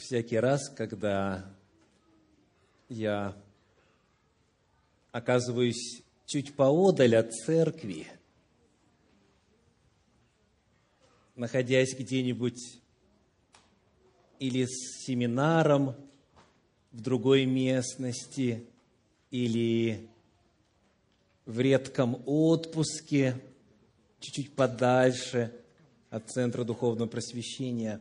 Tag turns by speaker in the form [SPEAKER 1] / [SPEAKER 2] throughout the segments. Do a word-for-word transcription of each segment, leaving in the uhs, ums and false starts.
[SPEAKER 1] Всякий раз, когда я оказываюсь чуть поодаль от церкви, находясь где-нибудь или с семинаром в другой местности, или в редком отпуске, чуть-чуть подальше от Центра Духовного Просвещения,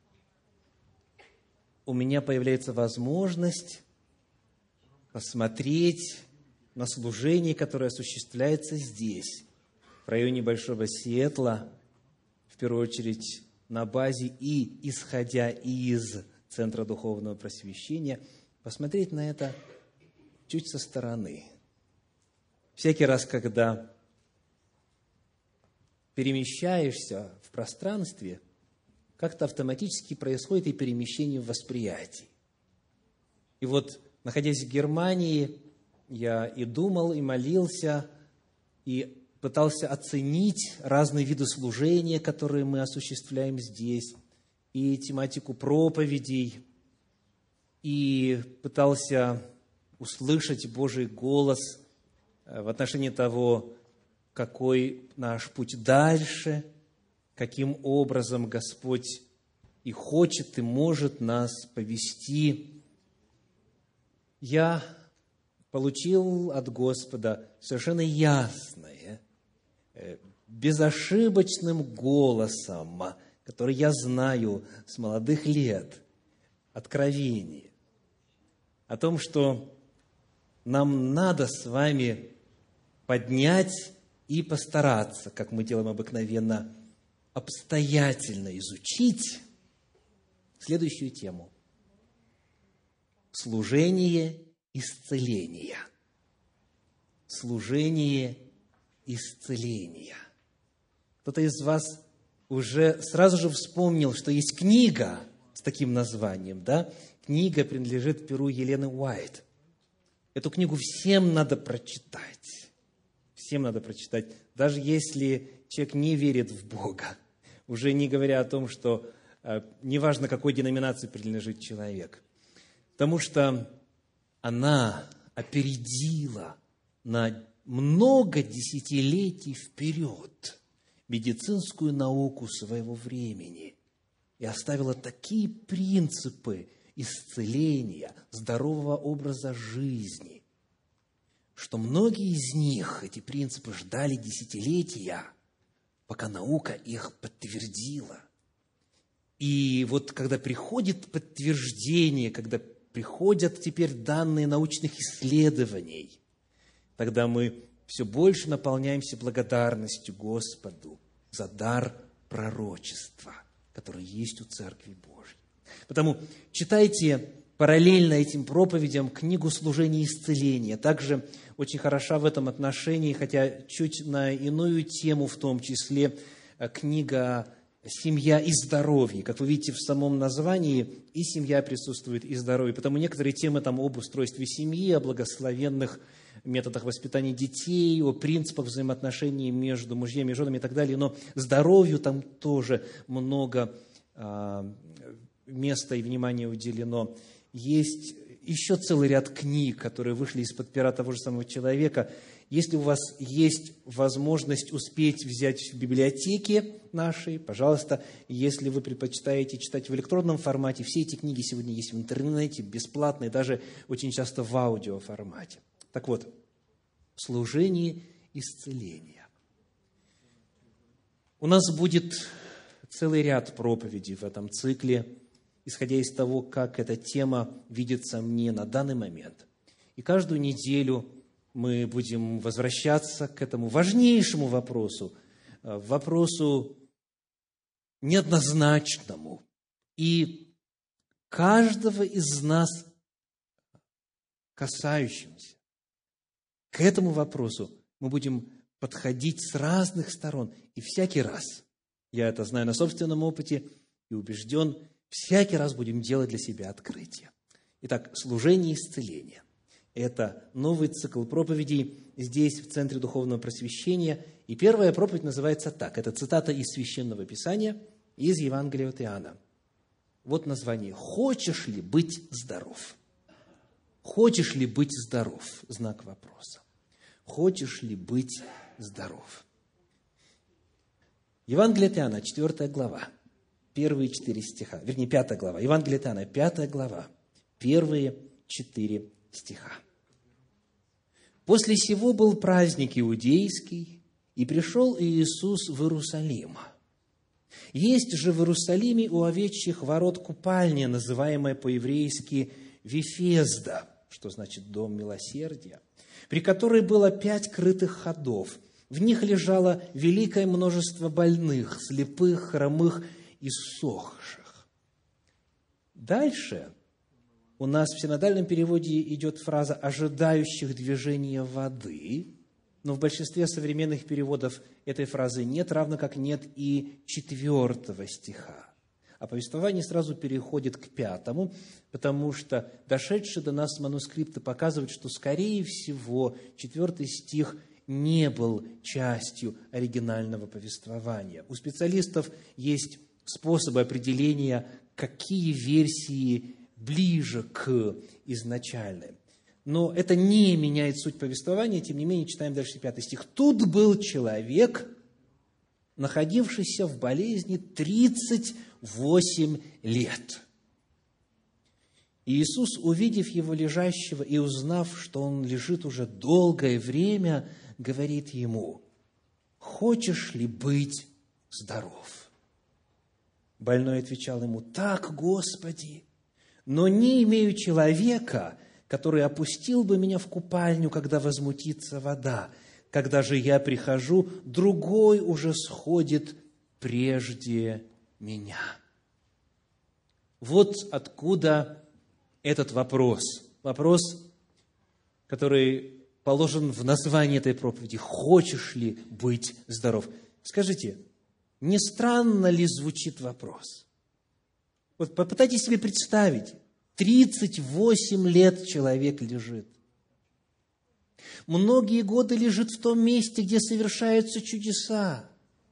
[SPEAKER 1] у меня появляется возможность посмотреть на служение, которое осуществляется здесь, в районе Большого Сиэтла, в первую очередь на базе и исходя из Центра Духовного Просвещения, посмотреть на это чуть со стороны. Всякий раз, когда перемещаешься в пространстве, как-то автоматически происходит и перемещение в восприятии. И вот, находясь в Германии, я и думал, и молился, и пытался оценить разные виды служения, которые мы осуществляем здесь, и тематику проповедей, и пытался услышать Божий голос в отношении того, какой наш путь дальше, каким образом Господь и хочет, и может нас повести. Я получил от Господа совершенно ясное, безошибочным голосом, который я знаю с молодых лет, откровение о том, что нам надо с вами поднять и постараться, как мы делаем обыкновенно, обстоятельно изучить следующую тему. Служение исцеления. Служение исцеления. Кто-то из вас уже сразу же вспомнил, что есть книга с таким названием, да? Книга принадлежит перу Елены Уайт. Эту книгу всем надо прочитать. Всем надо прочитать, даже если человек не верит в Бога, уже не говоря о том, что э, неважно, какой деноминации принадлежит человек, потому что она опередила на много десятилетий вперед медицинскую науку своего времени и оставила такие принципы исцеления, здорового образа жизни, что многие из них, эти принципы, ждали десятилетия, пока наука их подтвердила. И вот когда приходит подтверждение, когда приходят теперь данные научных исследований, тогда мы все больше наполняемся благодарностью Господу за дар пророчества, который есть у Церкви Божьей. Потому читайте параллельно этим проповедям книгу «Служение исцеления». Также очень хороша в этом отношении, хотя чуть на иную тему, в том числе книга «Семья и здоровье». Как вы видите, в самом названии и семья присутствует, и здоровье. Потому некоторые темы там об устройстве семьи, о благословенных методах воспитания детей, о принципах взаимоотношений между мужьями и женами и так далее. Но здоровью там тоже много а, места и внимания уделено. Есть еще целый ряд книг, которые вышли из-под пера того же самого человека. Если у вас есть возможность успеть взять в библиотеке нашей, пожалуйста. Если вы предпочитаете читать в электронном формате, все эти книги сегодня есть в интернете, бесплатно, и даже очень часто в аудиоформате. Так вот, служение исцеления. У нас будет целый ряд проповедей в этом цикле, исходя из того, как эта тема видится мне на данный момент. И каждую неделю мы будем возвращаться к этому важнейшему вопросу, вопросу неоднозначному. И каждого из нас касающимся. К этому вопросу мы будем подходить с разных сторон. И всякий раз, я это знаю на собственном опыте и убежден, всякий раз будем делать для себя открытие. Итак, служение исцеления. Это новый цикл проповедей здесь, в Центре Духовного Просвещения. И первая проповедь называется так. Это цитата из Священного Писания, из Евангелия от Иоанна. Вот название. «Хочешь ли быть здоров?» Хочешь ли быть здоров? Знак вопроса. Хочешь ли быть здоров? Евангелие от Иоанна, четвертая глава, первые четыре стиха, вернее, пятая глава. Евангелие от Иоанна, пятая глава, первые четыре стиха. «После сего был праздник иудейский, и пришел Иисус в Иерусалим. Есть же в Иерусалиме у овечьих ворот купальня, называемая по-еврейски Вифезда», что значит «дом милосердия», при которой было пять крытых ходов. В них лежало великое множество больных, слепых, хромых и ссохших. Дальше у нас в синодальном переводе идет фраза «ожидающих движения воды», но в большинстве современных переводов этой фразы нет, равно как нет и четвертого стиха. А повествование сразу переходит к пятому, потому что дошедшие до нас манускрипты показывают, что, скорее всего, четвертый стих не был частью оригинального повествования. У специалистов есть способы определения, какие версии ближе к изначальной. Но это не меняет суть повествования, тем не менее, читаем дальше пятый стих. «Тут был человек, находившийся в болезни тридцать восемь лет. И Иисус, увидев его лежащего и узнав, что он лежит уже долгое время, говорит ему: «Хочешь ли быть здоров?» Больной отвечал ему: «Так, Господи, но не имею человека, который опустил бы меня в купальню, когда возмутится вода. Когда же я прихожу, другой уже сходит прежде меня». Вот откуда этот вопрос. Вопрос, который положен в названии этой проповеди. «Хочешь ли быть здоров?» Скажите, не странно ли звучит вопрос? Вот попытайтесь себе представить. тридцать восемь лет человек лежит. Многие годы лежит в том месте, где совершаются чудеса.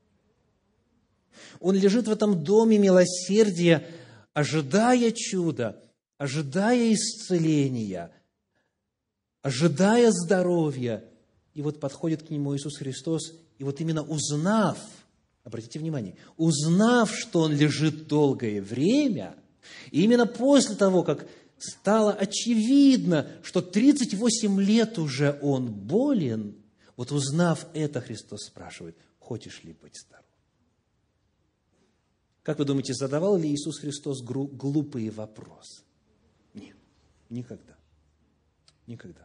[SPEAKER 1] Он лежит в этом доме милосердия, ожидая чуда, ожидая исцеления, ожидая здоровья. И вот подходит к нему Иисус Христос, и вот именно узнав, обратите внимание, узнав, что он лежит долгое время, и именно после того, как стало очевидно, что тридцать восемь лет уже он болен, вот узнав это, Христос спрашивает: «Хочешь ли быть здоров?» Как вы думаете, задавал ли Иисус Христос глупые вопросы? Нет, никогда. Никогда.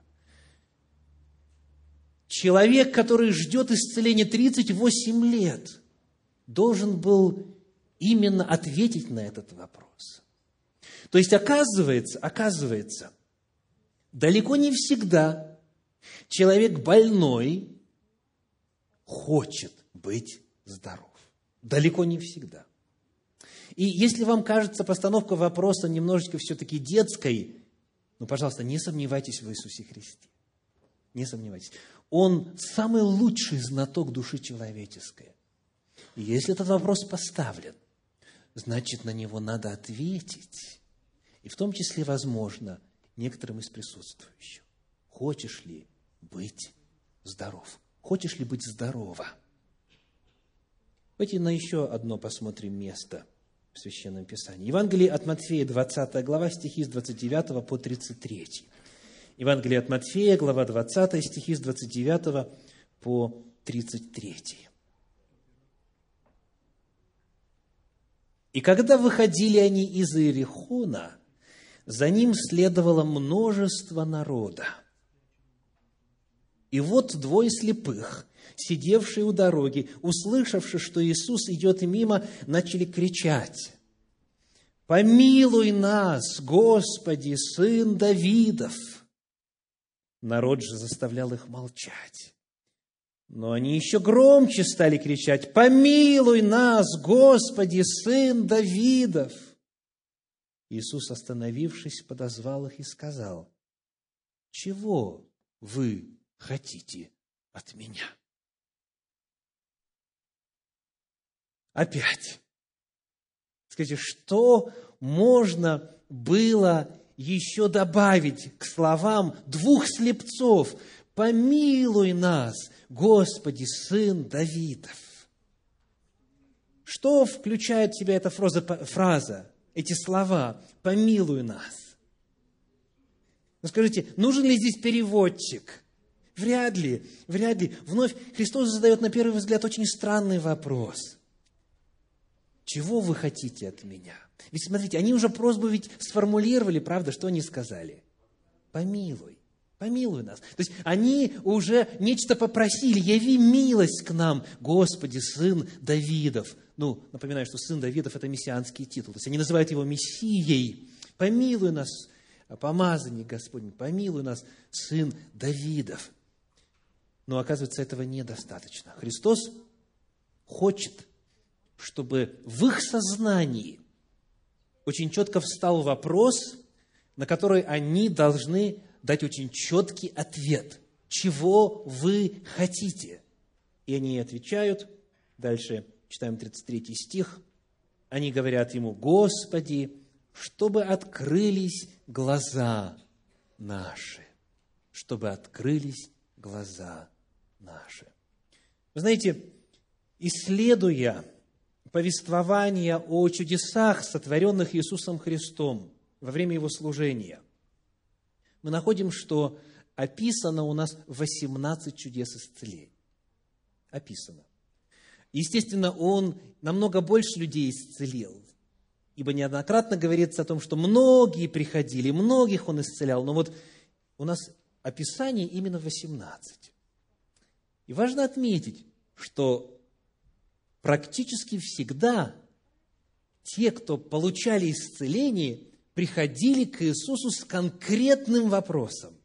[SPEAKER 1] Человек, который ждет исцеления тридцать восемь лет, должен был именно ответить на этот вопрос. То есть, оказывается, оказывается, далеко не всегда человек больной хочет быть здоров. Далеко не всегда. И если вам кажется постановка вопроса немножечко все-таки детской, ну, пожалуйста, не сомневайтесь в Иисусе Христе. Не сомневайтесь. Он самый лучший знаток души человеческой. И если этот вопрос поставлен, значит, на него надо ответить. И в том числе, возможно, некоторым из присутствующих. Хочешь ли быть здоров? Хочешь ли быть здорова? Давайте на еще одно посмотрим место в Священном Писании. Евангелие от Матфея, двадцатая глава, стихи с двадцать девятого по тридцать третий. Евангелие от Матфея, глава двадцатая, стихи с двадцать девятого по тридцать третий. «И когда выходили они из Иерихона, за ним следовало множество народа. И вот двое слепых, сидевшие у дороги, услышавши, что Иисус идет мимо, начали кричать: «Помилуй нас, Господи, Сын Давидов!» Народ же заставлял их молчать. Но они еще громче стали кричать: «Помилуй нас, Господи, Сын Давидов!» Иисус, остановившись, подозвал их и сказал: «Чего вы хотите от меня?» Опять. Скажите, что можно было еще добавить к словам двух слепцов: «Помилуй нас, Господи, Сын Давидов». Что включает в себя эта фраза, фраза эти слова «помилуй нас»? Ну, скажите, нужен ли здесь переводчик? Вряд ли, вряд ли. Вновь Христос задает на первый взгляд очень странный вопрос. Чего вы хотите от меня? Ведь смотрите, они уже просьбу ведь сформулировали, правда, что они сказали? Помилуй, помилуй нас. То есть они уже нечто попросили: яви милость к нам, Господи, Сын Давидов. Ну, напоминаю, что Сын Давидов – это мессианский титул. То есть они называют его Мессией. Помилуй нас, помазанник Господень, помилуй нас, Сын Давидов. Но, оказывается, этого недостаточно. Христос хочет, чтобы в их сознании очень четко встал вопрос, на который они должны дать очень четкий ответ. Чего вы хотите? И они отвечают. Дальше читаем тридцать третий стих. Они говорят ему: Господи, чтобы открылись глаза наши. Чтобы открылись глаза наши. Вы знаете, исследуя повествование о чудесах, сотворенных Иисусом Христом во время Его служения, мы находим, что описано у нас восемнадцать чудес исцеления. Описано. Естественно, Он намного больше людей исцелил, ибо неоднократно говорится о том, что многие приходили, многих Он исцелял, но вот у нас описание именно восемнадцать. И важно отметить, что практически всегда те, кто получали исцеление, приходили к Иисусу с конкретным вопросом.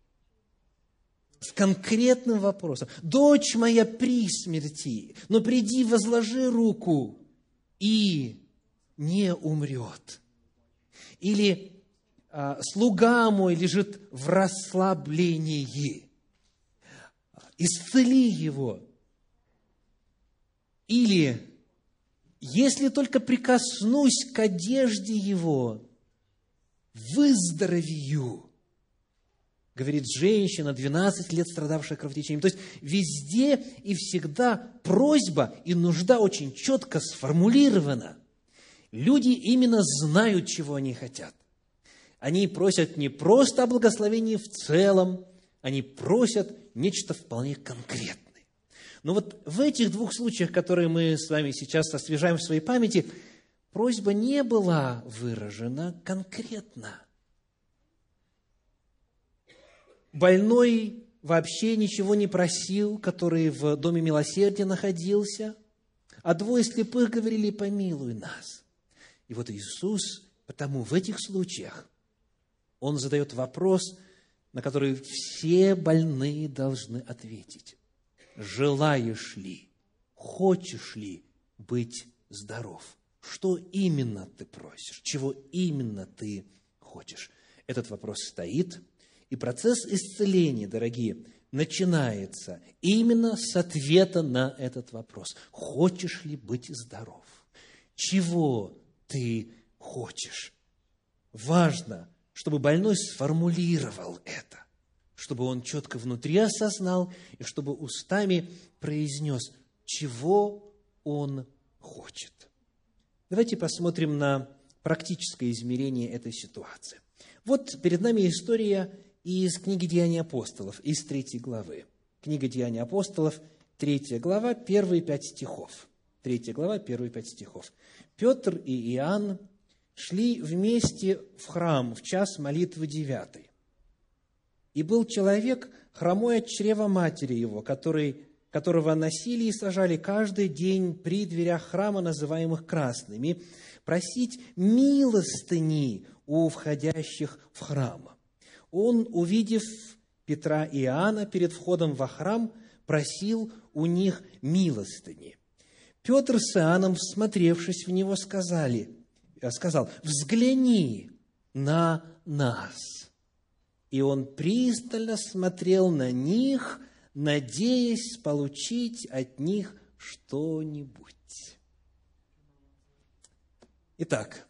[SPEAKER 1] С конкретным вопросом. «Дочь моя при смерти, но приди, возложи руку, и не умрет». Или «Слуга мой лежит в расслаблении, исцели его». Или «Если только прикоснусь к одежде его, выздоровею», говорит женщина, двенадцать лет страдавшая кровотечением. То есть везде и всегда просьба и нужда очень четко сформулирована. Люди именно знают, чего они хотят. Они просят не просто о благословении в целом, они просят нечто вполне конкретное. Но вот в этих двух случаях, которые мы с вами сейчас освежаем в своей памяти, просьба не была выражена конкретно. Больной вообще ничего не просил, который в доме милосердия находился, а двое слепых говорили: «Помилуй нас». И вот Иисус, потому в этих случаях Он задает вопрос, на который все больные должны ответить. Желаешь ли, хочешь ли быть здоров? Что именно ты просишь? Чего именно ты хочешь? Этот вопрос стоит, и процесс исцеления, дорогие, начинается именно с ответа на этот вопрос. Хочешь ли быть здоров? Чего ты хочешь? Важно, чтобы больной сформулировал это, чтобы он четко внутри осознал и чтобы устами произнес, чего он хочет. Давайте посмотрим на практическое измерение этой ситуации. Вот перед нами история из книги «Деяния апостолов», из третьей главы. Книга «Деяния апостолов», третья глава, первые пять стихов. Третья глава, первые пять стихов. Петр и Иоанн шли вместе в храм в час молитвы девятой. И был человек, хромой от чрева матери его, который, которого носили и сажали каждый день при дверях храма, называемых красными, просить милостыни у входящих в храм. Он, увидев Петра и Иоанна перед входом во храм, просил у них милостыни. Петр с Иоанном, всмотревшись в него, сказали, сказал: «Взгляни на нас». И он пристально смотрел на них, надеясь получить от них что-нибудь. Итак,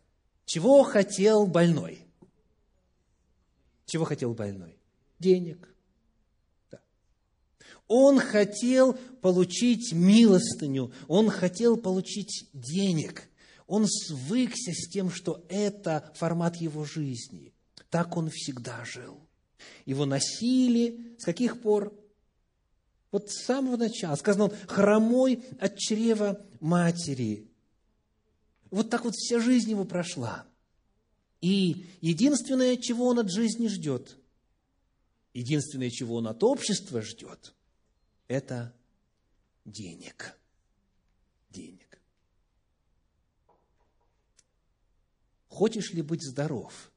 [SPEAKER 1] Чего хотел больной? Чего хотел больной? Денег. Да. Он хотел получить милостыню, он хотел получить денег. Он свыкся с тем, что это формат его жизни. Так он всегда жил. Его носили с каких пор? Вот с самого начала. Сказано, он хромой от чрева матери. Вот так вот вся жизнь его прошла. И единственное, чего он от жизни ждет, единственное, чего он от общества ждет, это денег. Денег. Хочешь ли быть здоров?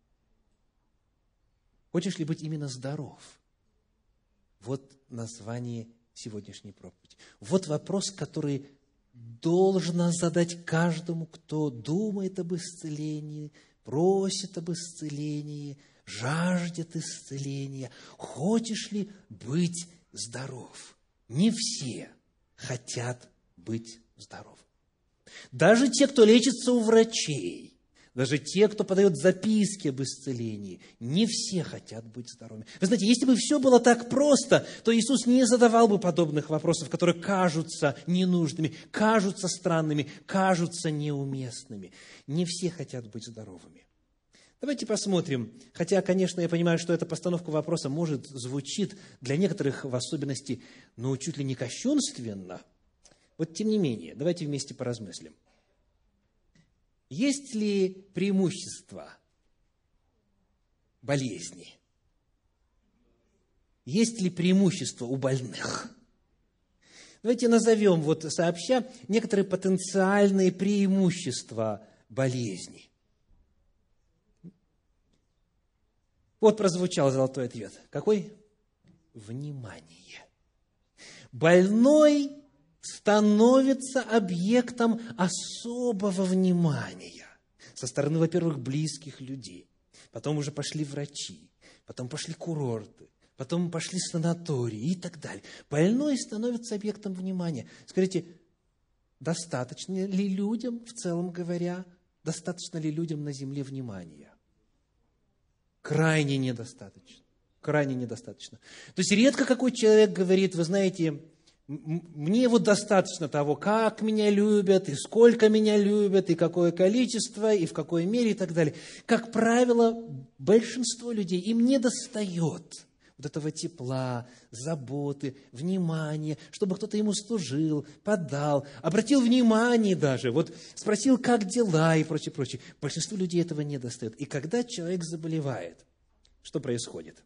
[SPEAKER 1] Хочешь ли быть именно здоров? Вот название сегодняшней проповеди. Вот вопрос, который должно задать каждому, кто думает об исцелении, просит об исцелении, жаждет исцеления. Хочешь ли быть здоров? Не все хотят быть здоровы. Даже те, кто лечится у врачей, даже те, кто подает записки об исцелении, не все хотят быть здоровыми. Вы знаете, если бы все было так просто, то Иисус не задавал бы подобных вопросов, которые кажутся ненужными, кажутся странными, кажутся неуместными. Не все хотят быть здоровыми. Давайте посмотрим, хотя, конечно, я понимаю, что эта постановка вопроса может звучит для некоторых в особенности, ну, чуть ли не кощунственно. Вот тем не менее, давайте вместе поразмыслим. Есть ли преимущества болезни? Есть ли преимущества у больных? Давайте назовем, вот сообща, некоторые потенциальные преимущества болезни. Вот прозвучал золотой ответ. Какой? Внимание. Больной становится объектом особого внимания со стороны, во-первых, близких людей. Потом уже пошли врачи, потом пошли курорты, потом пошли санатории и так далее. Больной становится объектом внимания. Скажите, достаточно ли людям, в целом говоря, достаточно ли людям на земле внимания? Крайне недостаточно. Крайне недостаточно. То есть редко какой человек говорит, вы знаете, мне вот достаточно того, как меня любят, и сколько меня любят, и какое количество, и в какой мере, и так далее. Как правило, большинство людей, им не достает вот этого тепла, заботы, внимания, чтобы кто-то ему служил, подал, обратил внимание даже, вот спросил, как дела, и прочее, прочее. Большинству людей этого не достает. И когда человек заболевает, что происходит?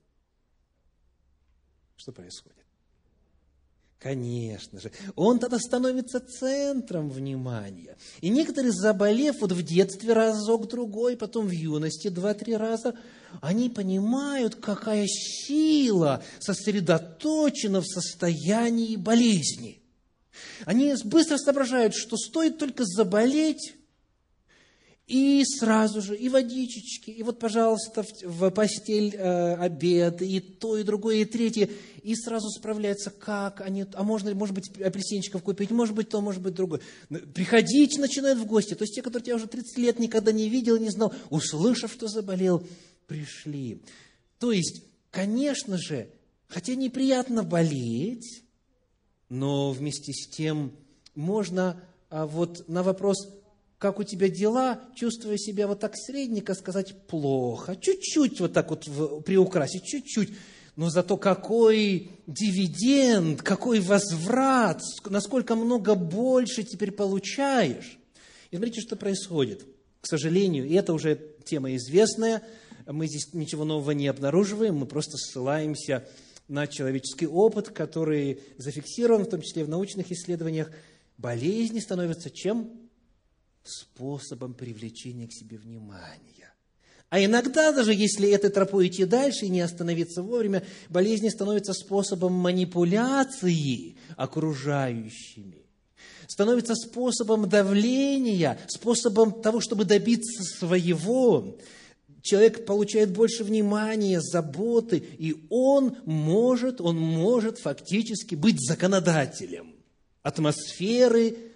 [SPEAKER 1] Что происходит? Конечно же, он тогда становится центром внимания. И некоторые, заболев вот в детстве разок-другой, потом в юности два-три раза, они понимают, какая сила сосредоточена в состоянии болезни. Они быстро соображают, что стоит только заболеть, и сразу же, и водичечки, и вот, пожалуйста, в, в постель э, обед, и то, и другое, и третье, и сразу справляются, как они, а можно, может быть, апельсинчиков купить, может быть, то, может быть, другое. Приходить начинают в гости, то есть те, которые тебя уже тридцать лет никогда не видел, не знал, услышав, что заболел, пришли. То есть, конечно же, хотя неприятно болеть, но вместе с тем можно а вот на вопрос, как у тебя дела, чувствуя себя вот так средненько, сказать плохо. Чуть-чуть вот так вот приукрасить, чуть-чуть. Но зато какой дивиденд, какой возврат, насколько много больше теперь получаешь. И смотрите, что происходит. К сожалению, и это уже тема известная, мы здесь ничего нового не обнаруживаем, мы просто ссылаемся на человеческий опыт, который зафиксирован, в том числе в научных исследованиях. Болезни становятся чем? Способом привлечения к себе внимания. А иногда, даже если этой тропой идти дальше и не остановиться вовремя, болезни становятся способом манипуляции окружающими, становится способом давления, способом того, чтобы добиться своего. Человек получает больше внимания, заботы, и он может, он может фактически быть законодателем атмосферы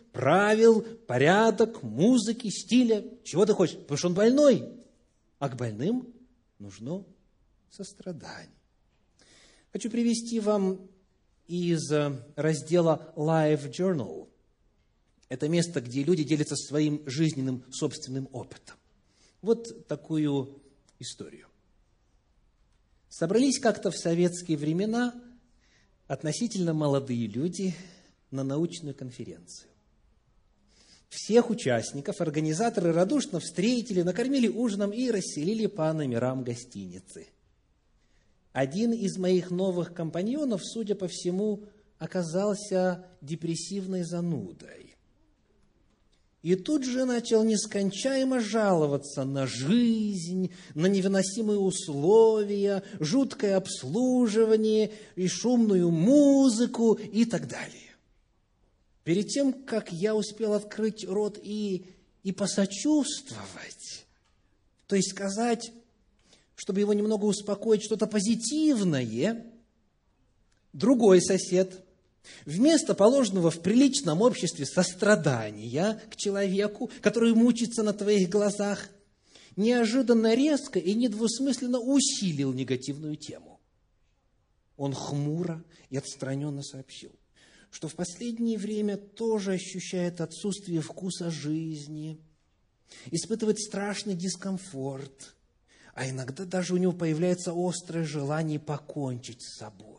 [SPEAKER 1] правил, порядок, музыки, стиля. Чего ты хочешь? Потому что он больной. А к больным нужно сострадание. Хочу привести вам из раздела Life Journal. Это место, где люди делятся своим жизненным собственным опытом. Вот такую историю. Собрались как-то в советские времена относительно молодые люди на научную конференцию. Всех участников организаторы радушно встретили, накормили ужином и расселили по номерам гостиницы. Один из моих новых компаньонов, судя по всему, оказался депрессивной занудой. И тут же начал нескончаемо жаловаться на жизнь, на невыносимые условия, жуткое обслуживание и шумную музыку и так далее. Перед тем, как я успел открыть рот и, и посочувствовать, то есть сказать, чтобы его немного успокоить, что-то позитивное, другой сосед, вместо положенного в приличном обществе сострадания к человеку, который мучится на твоих глазах, неожиданно резко и недвусмысленно усилил негативную тему. Он хмуро и отстраненно сообщил, что в последнее время тоже ощущает отсутствие вкуса жизни, испытывает страшный дискомфорт, а иногда даже у него появляется острое желание покончить с собой.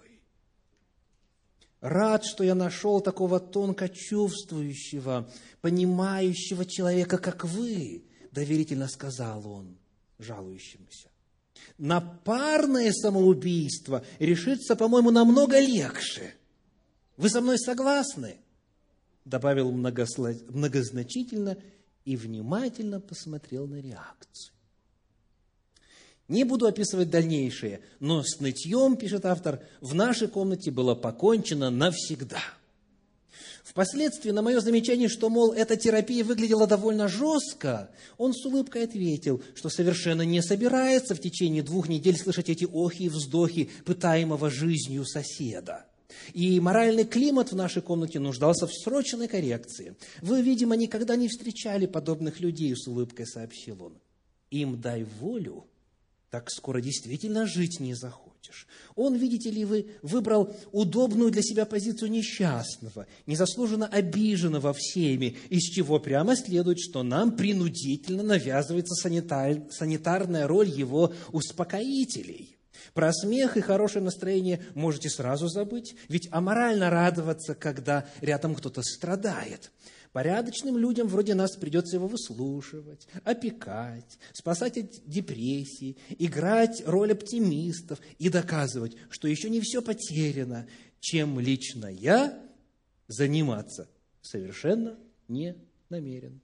[SPEAKER 1] Рад, что я нашел такого тонко чувствующего, понимающего человека, как вы, доверительно сказал он жалующемуся. На парное самоубийство решиться, по-моему, намного легче. Вы со мной согласны? Добавил многозначительно и внимательно посмотрел на реакцию. Не буду описывать дальнейшее, но с нытьем, пишет автор, в нашей комнате было покончено навсегда. Впоследствии на мое замечание, что, мол, эта терапия выглядела довольно жестко, он с улыбкой ответил, что совершенно не собирается в течение двух недель слышать эти охи и вздохи пытаемого жизнью соседа. И моральный климат в нашей комнате нуждался в срочной коррекции. Вы, видимо, никогда не встречали подобных людей, с улыбкой сообщил он. Им дай волю, так скоро действительно жить не захочешь. Он, видите ли, вы выбрал удобную для себя позицию несчастного, незаслуженно обиженного всеми, из чего прямо следует, что нам принудительно навязывается санитар, санитарная роль его успокоителей. Про смех и хорошее настроение можете сразу забыть, ведь аморально радоваться, когда рядом кто-то страдает. Порядочным людям вроде нас придется его выслушивать, опекать, спасать от депрессии, играть роль оптимистов и доказывать, что еще не все потеряно, чем лично я заниматься совершенно не намерен.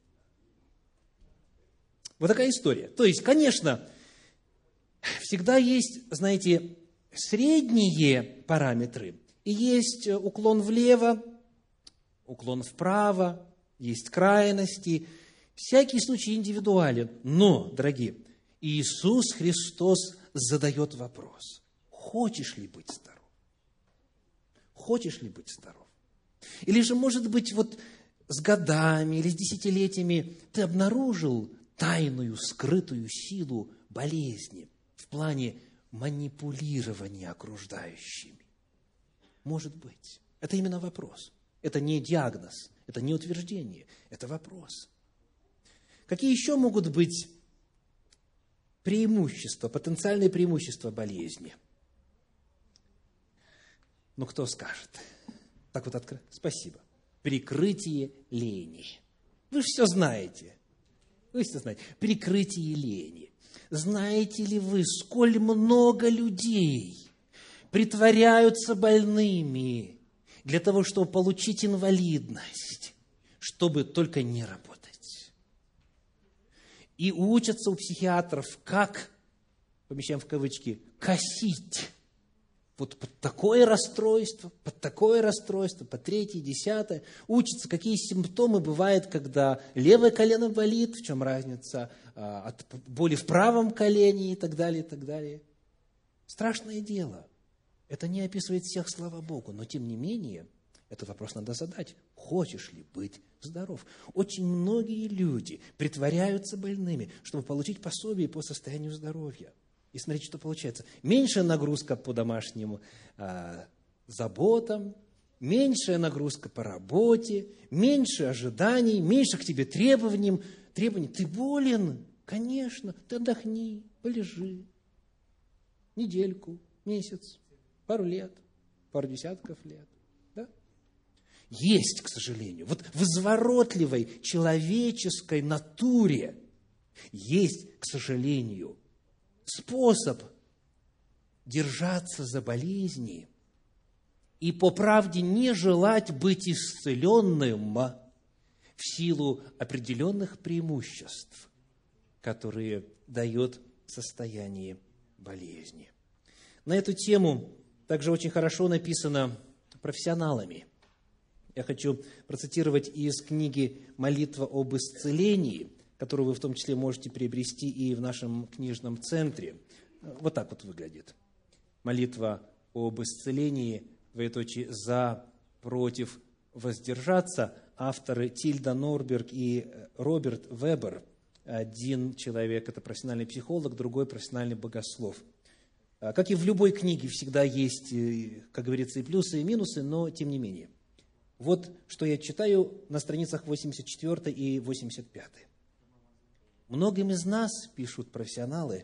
[SPEAKER 1] Вот такая история. То есть, конечно, всегда есть, знаете, средние параметры, и есть уклон влево, уклон вправо, есть крайности. Всякий случай индивидуален. Но, дорогие, Иисус Христос задает вопрос. Хочешь ли быть здоров? Хочешь ли быть здоров? Или же, может быть, вот с годами или с десятилетиями ты обнаружил тайную, скрытую силу болезни в плане манипулирования окружающими? Может быть. Это именно вопрос. Это не диагноз, это не утверждение, это вопрос. Какие еще могут быть преимущества, потенциальные преимущества болезни? Ну, кто скажет? Так вот, откры... Спасибо. Прикрытие лени. Вы же все знаете. Вы все знаете. Прикрытие лени. Знаете ли вы, сколь много людей притворяются больными для того, чтобы получить инвалидность, чтобы только не работать. И учатся у психиатров, как, помещаем в кавычки, косить. Вот под такое расстройство, под такое расстройство, под третье, десятое. Учатся, какие симптомы бывают, когда левое колено болит, в чем разница, от боли в правом колене и так далее, и так далее. Страшное дело. Это не описывает всех, слава Богу, но тем не менее, этот вопрос надо задать. Хочешь ли быть здоров? Очень многие люди притворяются больными, чтобы получить пособие по состоянию здоровья. И смотрите, что получается. Меньшая нагрузка по домашним а, заботам, меньшая нагрузка по работе, меньше ожиданий, меньше к тебе требований. требований. Ты болен? Конечно, ты отдохни, полежи. Недельку, месяц, пару лет, пару десятков лет. Да? Есть, к сожалению, вот в изворотливой человеческой натуре есть, к сожалению, способ держаться за болезни и по правде не желать быть исцеленным в силу определенных преимуществ, которые дает состояние болезни. На эту тему также очень хорошо написано профессионалами. Я хочу процитировать из книги «Молитва об исцелении», которую вы в том числе можете приобрести и в нашем книжном центре. Вот так вот выглядит. Молитва об исцелении, двоеточие, за, против, воздержаться. Авторы Тильда Норберг и Роберт Вебер. Один человек – это профессиональный психолог, другой – профессиональный богослов. Как и в любой книге, всегда есть, как говорится, и плюсы, и минусы, но тем не менее. Вот что я читаю на страницах восемьдесят четвёртой и восемьдесят пятой. Многим из нас, пишут профессионалы,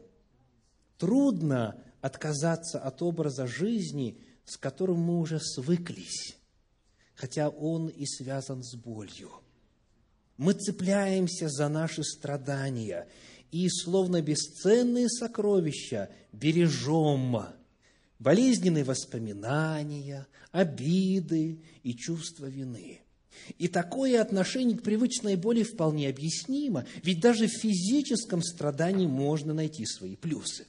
[SPEAKER 1] трудно отказаться от образа жизни, с которым мы уже свыклись, хотя он и связан с болью. Мы цепляемся за наши страдания и, словно бесценные сокровища, бережем болезненные воспоминания, обиды и чувство вины. И такое отношение к привычной боли вполне объяснимо, ведь даже в физическом страдании можно найти свои плюсы.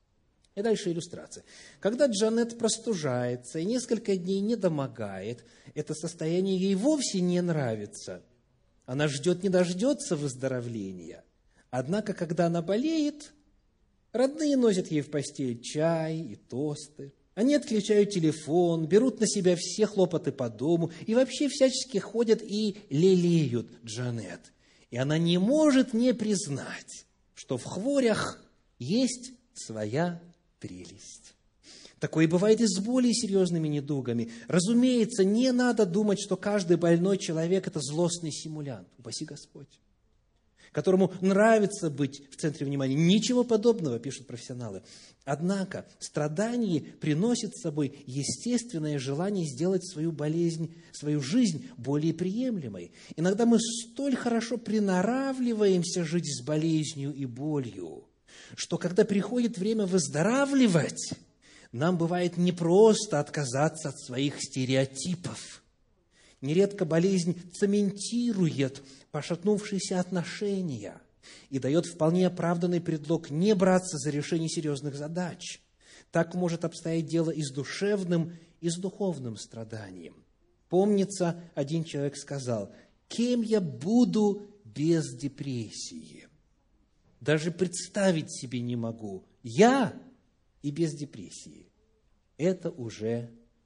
[SPEAKER 1] И дальше иллюстрация. Когда Джанет простужается и несколько дней не домогает, это состояние ей вовсе не нравится. Она ждет, не дождется выздоровления. Однако, когда она болеет, родные носят ей в постель чай и тосты. Они отключают телефон, берут на себя все хлопоты по дому и вообще всячески ходят и лелеют Джанет. И она не может не признать, что в хворях есть своя прелесть. Такое бывает и с более серьезными недугами. Разумеется, не надо думать, что каждый больной человек – это злостный симулянт, упаси Господь, которому нравится быть в центре внимания. Ничего подобного, пишут профессионалы. Однако страдание приносит с собой естественное желание сделать свою болезнь, свою жизнь более приемлемой. Иногда мы столь хорошо приноравливаемся жить с болезнью и болью, что когда приходит время выздоравливать, нам бывает непросто отказаться от своих стереотипов. Нередко болезнь цементирует пошатнувшиеся отношения и дает вполне оправданный предлог не браться за решение серьезных задач. Так может обстоять дело и с душевным, и с духовным страданием. Помнится, один человек сказал: «Кем я буду без депрессии? Даже представить себе не могу. Я и без депрессии. Это уже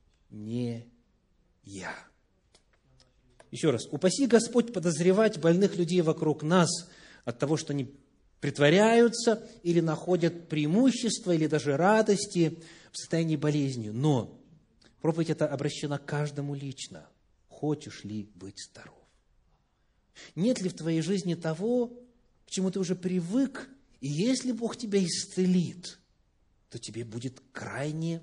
[SPEAKER 1] не я». Еще раз, упаси Господь подозревать больных людей вокруг нас от того, что они притворяются или находят преимущества или даже радости в состоянии болезни. Но проповедь эта обращена к каждому лично. Хочешь ли быть здоров? Нет ли в твоей жизни того, к чему ты уже привык, и если Бог тебя исцелит, то тебе будет крайне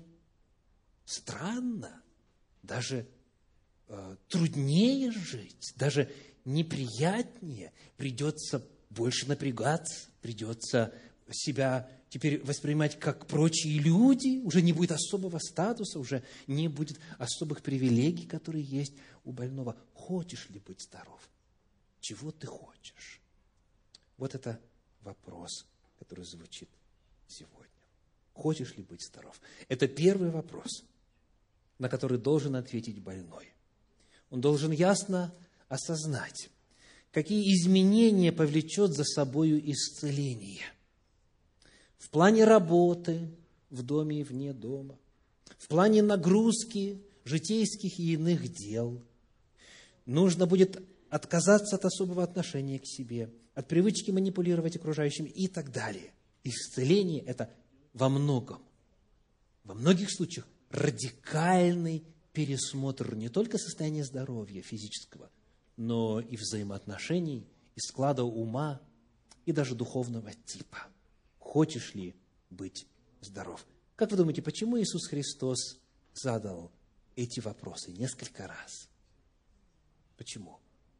[SPEAKER 1] странно, даже э, труднее жить, даже неприятнее, придется больше напрягаться, придется себя теперь воспринимать как прочие люди, уже не будет особого статуса, уже не будет особых привилегий, которые есть у больного. Хочешь ли быть здоров? Чего ты хочешь? Вот это вопрос, который звучит сегодня. Хочешь ли быть здоров? Это первый вопрос, на который должен ответить больной. Он должен ясно осознать, какие изменения повлечет за собою исцеление. В плане работы, в доме и вне дома, в плане нагрузки, житейских и иных дел, нужно будет отказаться от особого отношения к себе, от привычки манипулировать окружающими и так далее. Исцеление – это во многом, во многих случаях радикальный пересмотр не только состояния здоровья физического, но и взаимоотношений, и склада ума, и даже духовного типа. Хочешь ли быть здоров? Как вы думаете, почему Иисус Христос задал эти вопросы несколько раз? Почему?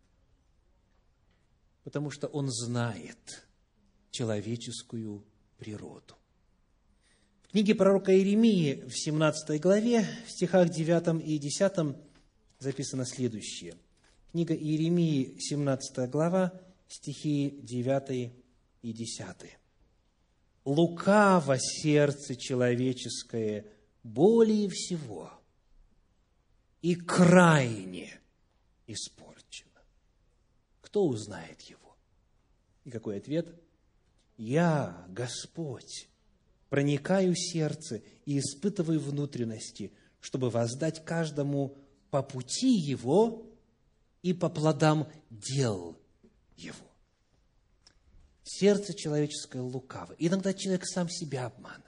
[SPEAKER 1] Потому что Он знает человеческую природу. В книге пророка Иеремии в семнадцатой главе, в стихах девятом и десятом записано следующее. Книга Иеремии, семнадцатая глава, стихи девятый и десятый. «Лукаво сердце человеческое более всего и крайне испорчено. Кто узнает его?» И какой ответ? «Я, Господь, проникаю в сердце и испытываю внутренности, чтобы воздать каждому по пути его и по плодам дел его». Сердце человеческое лукаво. Иногда человек сам себя обманывает.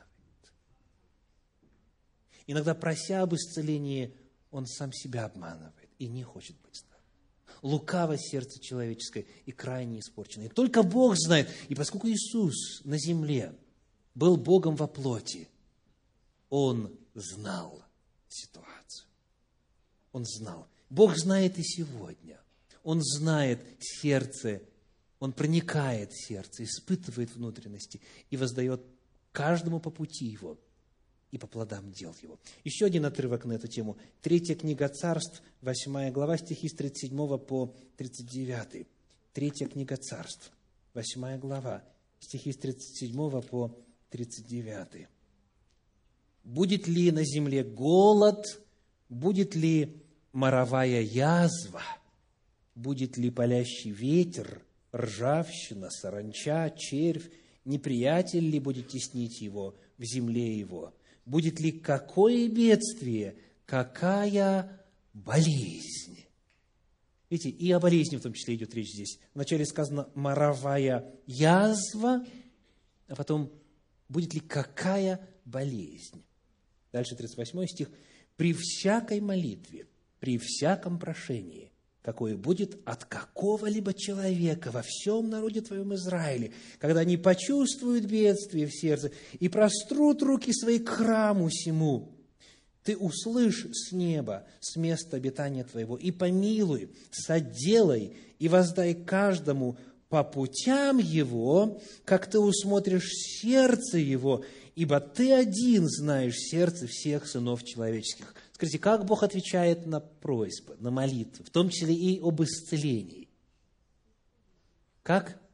[SPEAKER 1] Иногда, прося об исцелении, он сам себя обманывает и не хочет быть здоров. Лукаво сердце человеческое и крайне испорчено. И только Бог знает. И поскольку Иисус на земле был Богом во плоти, Он знал ситуацию. Он знал. Бог знает и сегодня. Он знает сердце, Он проникает в сердце, испытывает внутренности и воздает каждому по пути его и по плодам дел его. Еще один отрывок на эту тему. Третья книга Царств, восьмая глава, стихи с тридцать седьмого по тридцать девятый. Третья книга Царств, восьмая глава, стихи с тридцать седьмого по тридцать девятый. «Будет ли на земле голод, будет ли моровая язва, будет ли палящий ветер, ржавчина, саранча, червь, неприятель ли будет теснить его в земле его? Будет ли какое бедствие, какая болезнь?» Видите, и о болезни в том числе идет речь здесь. Вначале сказано «моровая язва», а потом «будет ли какая болезнь». Дальше тридцать восьмой стих. «При всякой молитве, при всяком прошении, какое будет от какого-либо человека во всем народе твоем Израиле, когда они почувствуют бедствие в сердце и прострут руки свои к храму сему, ты услышь с неба, с места обитания твоего, и помилуй, соделай и воздай каждому по путям его, как ты усмотришь сердце его, ибо ты один знаешь сердце всех сынов человеческих». Скажите, как Бог отвечает на просьбы, на молитвы, в том числе и об исцелении? Как?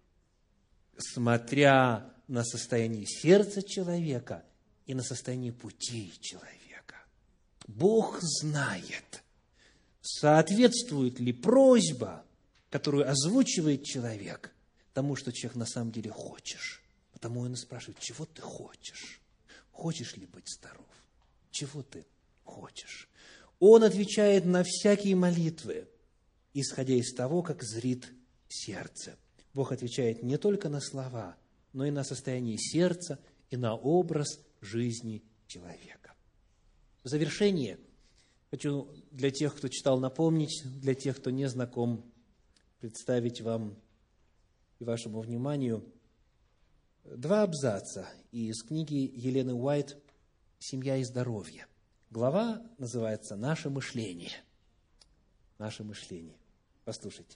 [SPEAKER 1] Смотря на состояние сердца человека и на состояние путей человека. Бог знает, соответствует ли просьба, которую озвучивает человек, тому, что человек на самом деле хочешь. Потому он и спрашивает, чего ты хочешь? Хочешь ли быть здоров? Чего ты хочешь? Он отвечает на всякие молитвы, исходя из того, как зрит сердце. Бог отвечает не только на слова, но и на состояние сердца и на образ жизни человека. В завершение хочу для тех, кто читал, напомнить, для тех, кто не знаком, представить вам и вашему вниманию два абзаца из книги Елены Уайт «Семья и здоровье». Глава называется «Наше мышление». Наше мышление. Послушайте.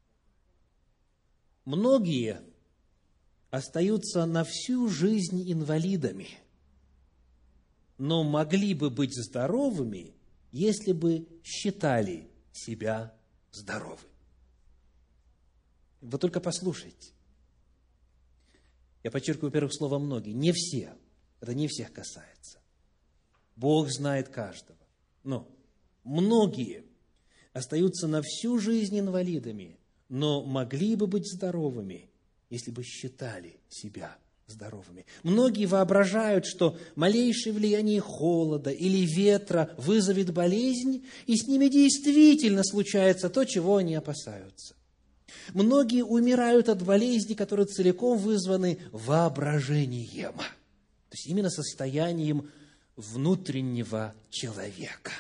[SPEAKER 1] Многие остаются на всю жизнь инвалидами, но могли бы быть здоровыми, если бы считали себя здоровыми. Вы только послушайте. Я подчеркиваю, во-первых, слово «многие». Не все. Это не всех касается. Бог знает каждого. Но многие остаются на всю жизнь инвалидами, но могли бы быть здоровыми, если бы считали себя здоровыми. Многие воображают, что малейшее влияние холода или ветра вызовет болезнь, и с ними действительно случается то, чего они опасаются. Многие умирают от болезней, которые целиком вызваны воображением, то есть именно состоянием внутреннего человека.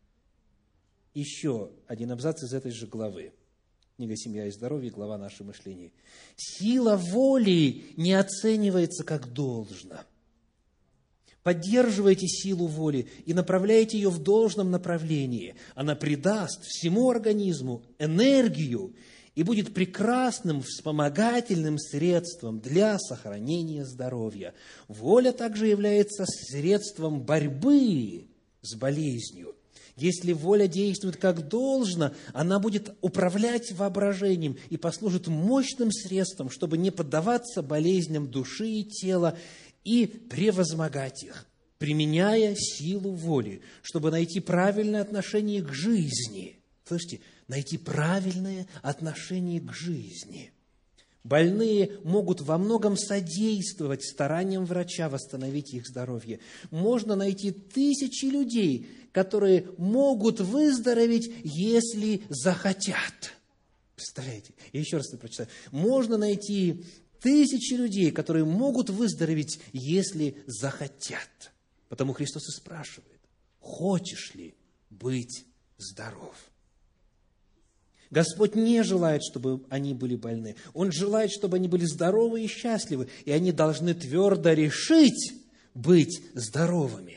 [SPEAKER 1] Еще один абзац из этой же главы. Книга «Семья и здоровье», глава «Наше мышление». Сила воли не оценивается как должно. Поддерживайте силу воли и направляйте ее в должном направлении. Она придаст всему организму энергию и будет прекрасным вспомогательным средством для сохранения здоровья. Воля также является средством борьбы с болезнью. Если воля действует как должно, она будет управлять воображением и послужит мощным средством, чтобы не поддаваться болезням души и тела и превозмогать их, применяя силу воли, чтобы найти правильное отношение к жизни. Слышите? Найти правильное отношение к жизни. Больные могут во многом содействовать стараниям врача восстановить их здоровье. Можно найти тысячи людей, которые могут выздороветь, если захотят. Представляете? Я еще раз это прочитаю. Можно найти тысячи людей, которые могут выздороветь, если захотят. Потому Христос и спрашивает: хочешь ли быть здоров? Господь не желает, чтобы они были больны. Он желает, чтобы они были здоровы и счастливы, и они должны твердо решить быть здоровыми.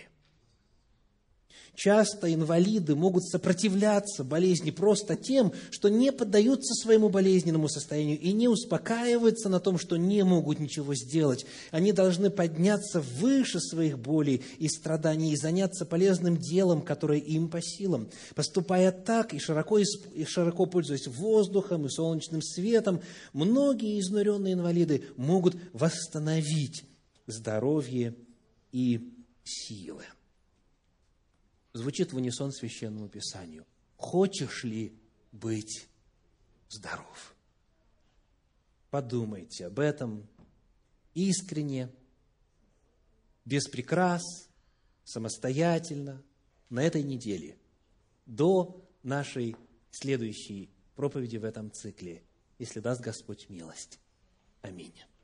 [SPEAKER 1] Часто инвалиды могут сопротивляться болезни просто тем, что не поддаются своему болезненному состоянию и не успокаиваются на том, что не могут ничего сделать. Они должны подняться выше своих болей и страданий и заняться полезным делом, которое им по силам. Поступая так и широко, и широко пользуясь воздухом и солнечным светом, многие изнуренные инвалиды могут восстановить здоровье и силы. Звучит в унисон Священному Писанию. Хочешь ли быть здоров? Подумайте об этом искренне, без прикрас, самостоятельно, на этой неделе, до нашей следующей проповеди в этом цикле, если даст Господь милость. Аминь.